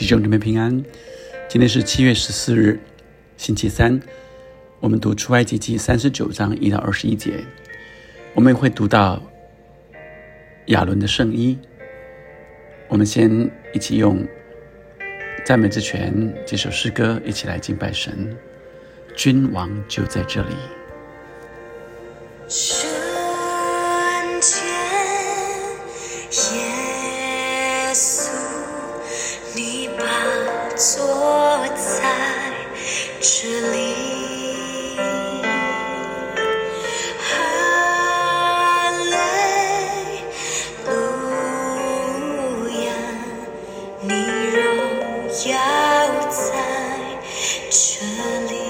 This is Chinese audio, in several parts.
弟兄姊妹平安，今天是7月14日星期三，我们读出埃及记39章1到21节，我们会读到亚伦的圣衣。我们先一起用赞美之泉这首诗歌一起来敬拜神。君王就在这里。 瞬间，耶稣，你宝座在这里。哈利路亚，你荣耀在这里。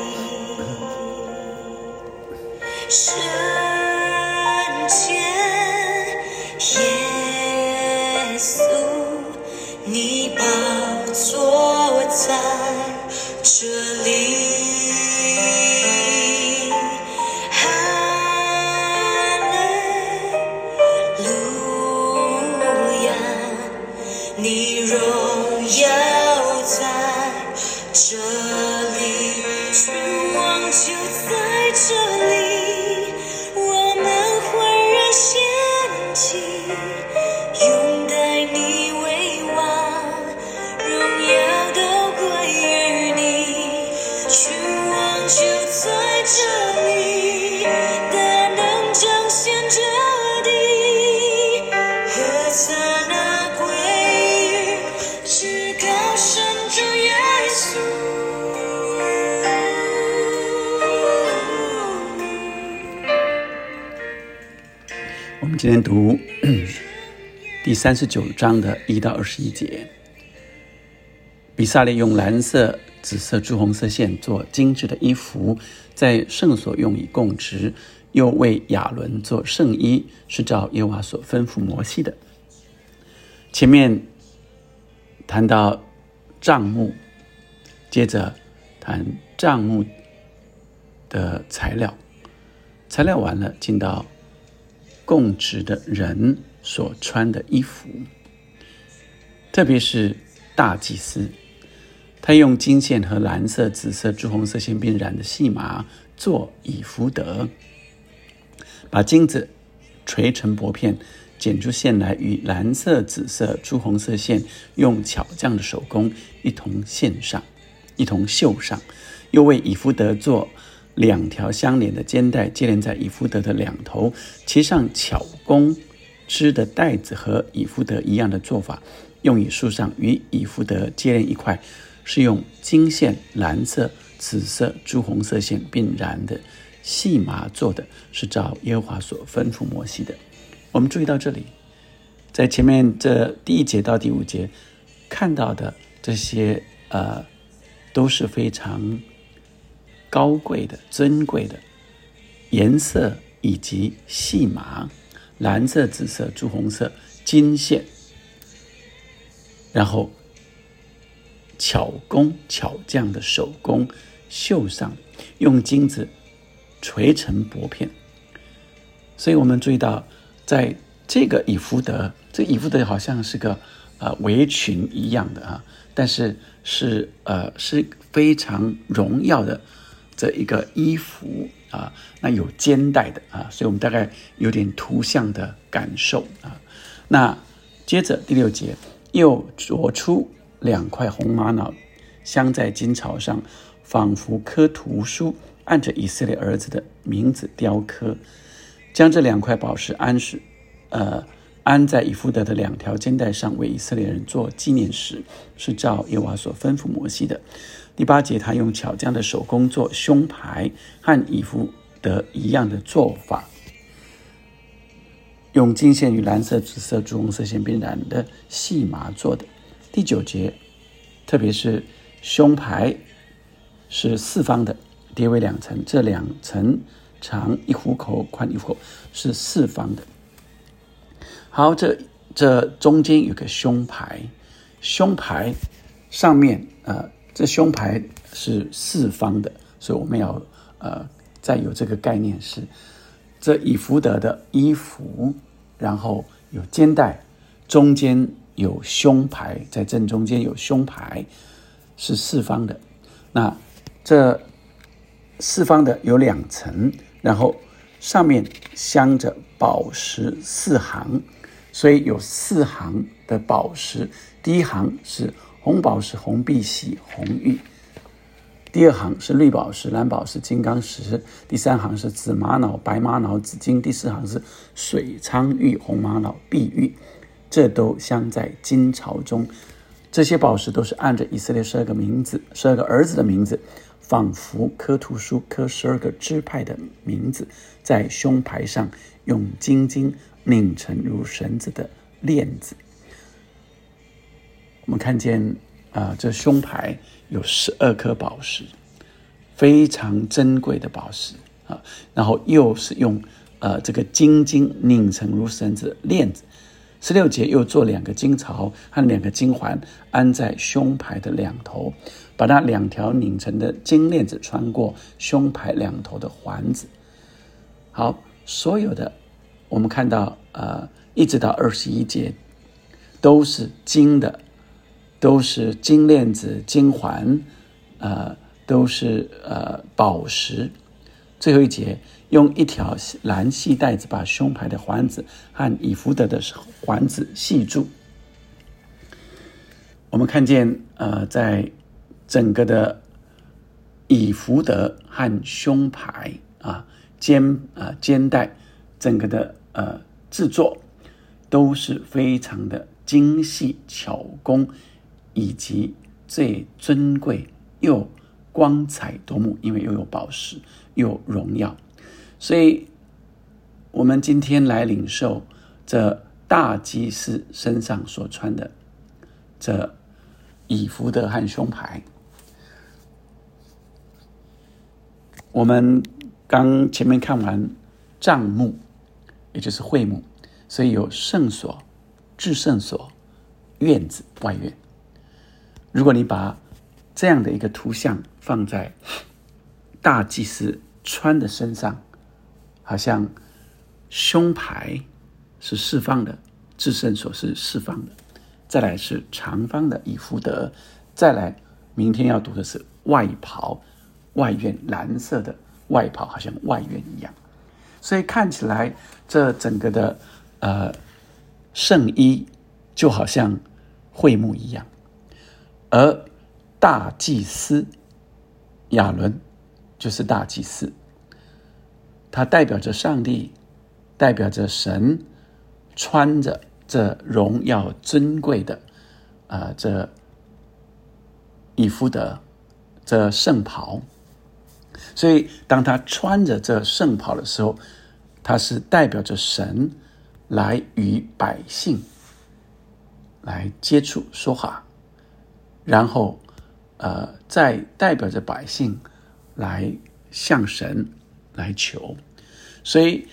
瞬间，耶稣，你宝座在这里。哈利路亚，你荣耀在这里，君王就在这里。 我们今天读第39章的1到21节。比撒列用蓝色、紫色、朱红色线做精致的衣服，在圣所用以供职，又为亚伦做圣衣，是照耶和华所吩咐摩西的。前面谈到帐幕，接着谈帐幕的材料，材料完了，进到供职的人所穿的衣服，特别是大祭司，他用金线和蓝色、紫色、朱红色线并染的细麻做以弗得，把金子锤成薄片，剪出线来，与蓝色、紫色、朱红色线用巧匠的手工一同绣上，又为以弗得做2条相连的肩带，接连在以弗得的两头，其上巧工织的带子和以弗得一样的做法，用以束上，与以弗得接连一块，是用金线、蓝色、紫色、朱红色线并染的细麻做的，是照耶和华所吩咐摩西的。我们注意到这里，在前面这第1节到第5节看到的这些都是非常高贵的、尊贵的颜色以及细麻，蓝色、紫色、朱红色、金线，然后巧匠的手工绣上，用金子锤成薄片。所以我们注意到，在这个以弗得，这以弗得好像是个围裙一样的但是是非常荣耀的这一个衣服那有肩带的所以我们大概有点图像的感受那接着第6节，又凿出2块红玛瑙，镶在金槽上，仿佛刻图书，按着以色列儿子的名字雕刻，将这2块宝石安在以弗得的2条肩带上，为以色列人做纪念石，是照耶和华所吩咐摩西的。第8节，他用巧匠的手工做胸牌，和以弗得一样的做法，用金线与蓝色、紫色、朱红色线并染的细麻做的。第9节，特别是胸牌是4方的，叠为2层，这2层长1虎口，宽1虎口，是4方的。好，这中间有个胸牌，胸牌上面这胸牌是4方的，所以我们要再有这个概念，是这以弗得的衣服，然后有肩带，中间有胸牌，在正中间有胸牌，是四方的。那这四方的有2层，然后上面镶着宝石4行，所以有4行的宝石。第一行是红宝石、红碧玺、红玉，第2行是绿宝石、蓝宝石、金刚石，第3行是紫玛瑙、白玛瑙、紫金，第4行是水苍玉、红玛瑙、碧玉，这都镶在金槽中。这些宝石都是按着以色列12个名字、12个儿子的名字，仿佛刻图书刻12个支派的名字，在胸牌上用金经拧成如绳子的链子。我们看见这胸牌有12颗宝石，非常珍贵的宝石然后又是用这个金经拧成如绳子的链子。16节又做2个金槽和2个金环，安在胸牌的两头，把那2条拧成的金链子穿过胸牌两头的环子。好，所有的我们看到一直到21节都是金的，都是金链子、金环，都是宝石。最后一节用一条蓝细带子把胸牌的环子和以弗得的环子系住。我们看见在整个的以弗得和胸牌肩带整个的制作都是非常的精细巧工，以及最尊贵又光彩夺目，因为又有宝石又有荣耀。所以我们今天来领受这大祭司身上所穿的这以弗得和胸牌。我们刚前面看完帐幕，也就是会幕，所以有圣所、至圣所、院子、外院。如果你把这样的一个图像放在大祭司穿的身上，好像胸牌是4方的，至圣所是4方的，再来是长方的以弗得，再来明天要读的是外袍，外院蓝色的外袍，好像外院一样。所以看起来这整个的圣衣就好像会幕一样。而大祭司亚伦就是大祭司，他代表着上帝，代表着神，穿着这荣耀尊贵的这以弗得，这圣袍。所以当他穿着这圣袍的时候，他是代表着神来与百姓来接触说话，然后再代表着百姓来向神来求。所以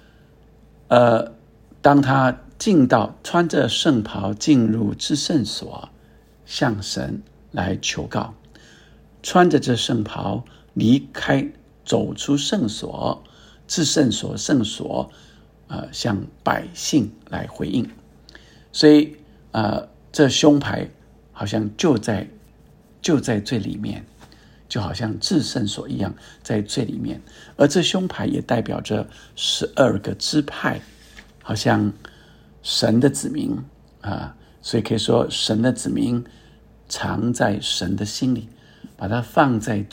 当他穿着圣袍进入至圣所，向神来求告，穿着这圣袍离开，走出圣所、至圣所、圣所，向百姓来回应。所以这胸牌好像就在最里面，就好像至圣所一样在最里面。而这胸牌也代表着12个支派，好像神的子民所以可以说神的子民藏在神的心里，把它放在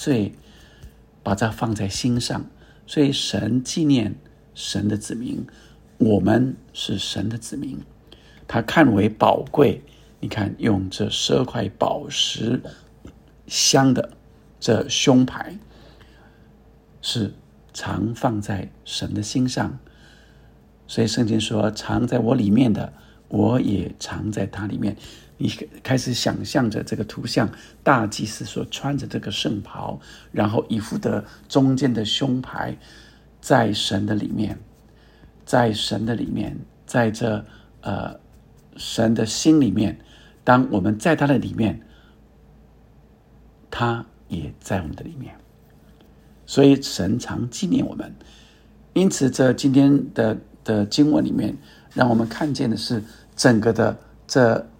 心上。所以神纪念神的子民，我们是神的子民，他看为宝贵。你看用这12块宝石镶的这胸牌是常放在神的心上。所以圣经说，藏在我里面的，我也藏在他里面。你开始想象着这个图像，大祭司所穿着这个圣袍，然后以弗得中间的胸牌，在神的里面，在神的里面，在这神的心里面。当我们在他的里面，他也在我们的里面。所以神常纪念我们。因此这今天的经文里面，让我们看见的是整个的这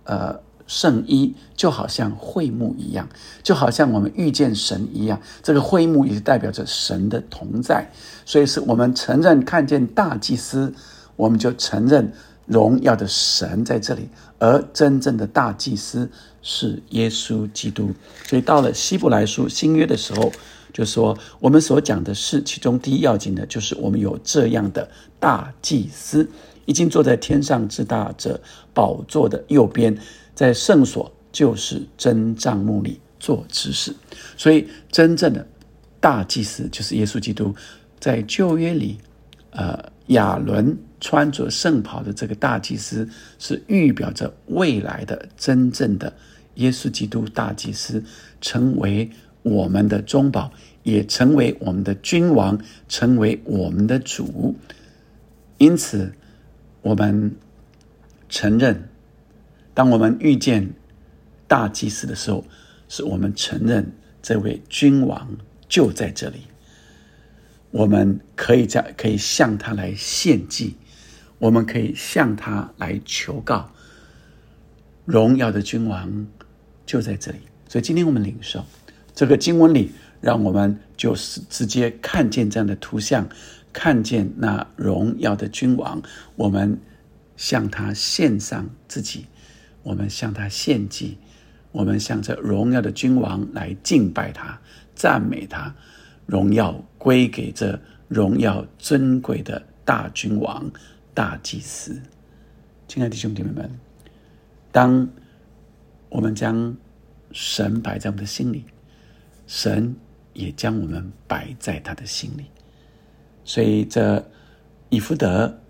圣衣就好像会幕一样，就好像我们遇见神一样，这个会幕也代表着神的同在。所以是我们承认看见大祭司，我们就承认荣耀的神在这里，而真正的大祭司是耶稣基督。所以到了希伯来书新约的时候，就说我们所讲的是其中第一要紧的，就是我们有这样的大祭司，已经坐在天上之大者宝座的右边，在圣所就是真帐幕里做执事。所以真正的大祭司就是耶稣基督。在旧约里亚伦穿着圣袍的这个大祭司，是预表着未来的真正的耶稣基督大祭司，成为我们的中保，也成为我们的君王，成为我们的主。因此我们承认，当我们遇见大祭司的时候，是我们承认这位君王就在这里，我们可以向他来献祭，我们可以向他来求告，荣耀的君王就在这里。所以今天我们领受这个经文里，让我们就是直接看见这样的图像，看见那荣耀的君王，我们向他献上自己，我们向他献祭，我们向着荣耀的君王来敬拜他，赞美他，荣耀归给这荣耀尊贵的大君王大祭司。亲爱的弟兄姐妹们，当我们将神摆在我们的心里，神也将我们摆在他的心里。所以这以弗得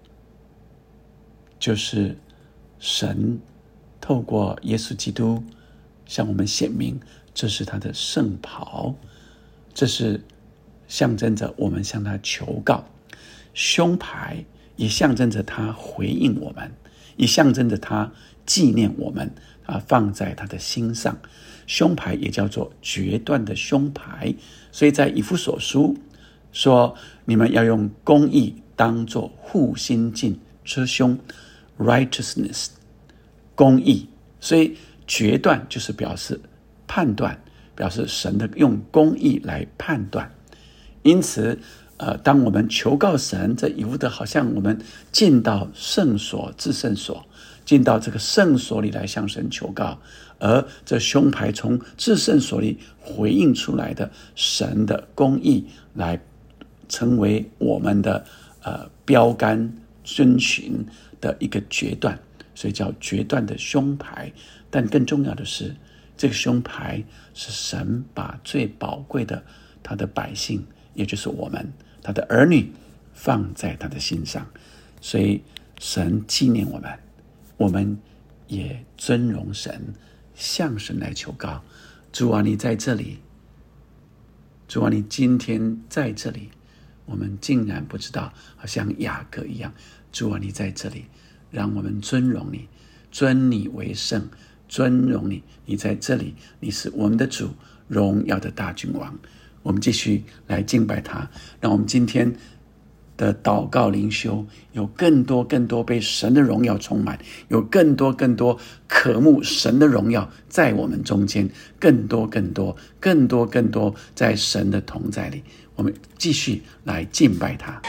就是神透过耶稣基督向我们显明，这是他的圣袍，这是象征着我们向他求告。胸牌也象征着他回应我们，也象征着他纪念我们，他放在他的心上。胸牌也叫做决断的胸牌，所以在以弗所书说，你们要用公义当作护心镜遮胸， righteousness 公义。所以决断就是表示判断，表示神的用公义来判断。因此当我们求告神，这以弗得好像我们进到圣所至圣所，进到这个圣所里来向神求告，而这胸牌从至圣所里回应出来的神的公义，来成为我们的标杆遵循的一个决断，所以叫决断的胸牌。但更重要的是，这个胸牌是神把最宝贵的他的百姓，也就是我们他的儿女放在他的心上，所以神纪念我们，我们也尊荣神，向神来求告。主啊，你在这里，主啊，你今天在这里，我们竟然不知道，好像雅各一样。主啊，你在这里，让我们尊荣你，尊你为圣，尊荣你，你在这里，你是我们的主，荣耀的大君王。我们继续来敬拜他，让我们今天的祷告灵修有更多被神的荣耀充满，有更多渴慕神的荣耀在我们中间，更多在神的同在里。我们继续来敬拜他，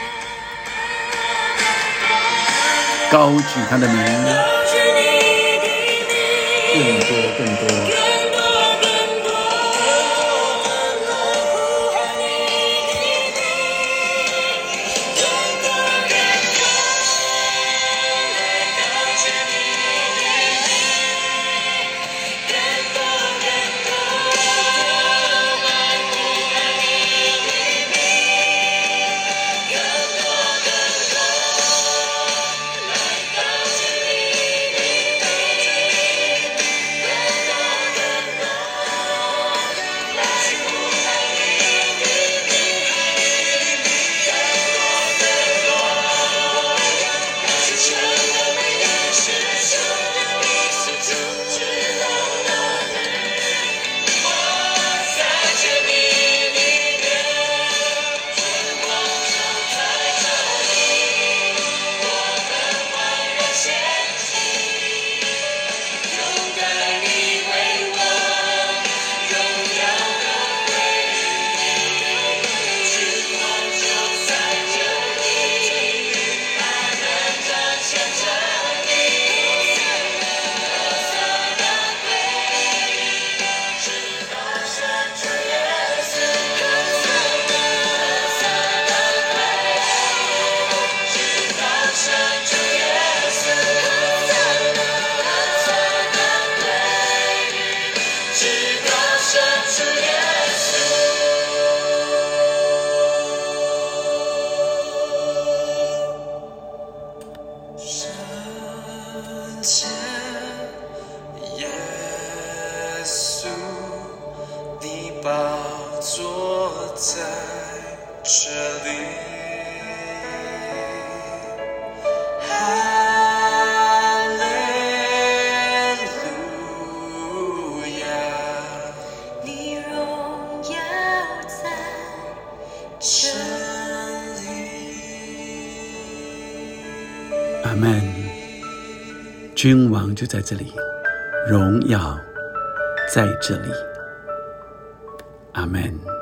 高举他的名，更多阿们。君王就在这里，荣耀在这里。阿们。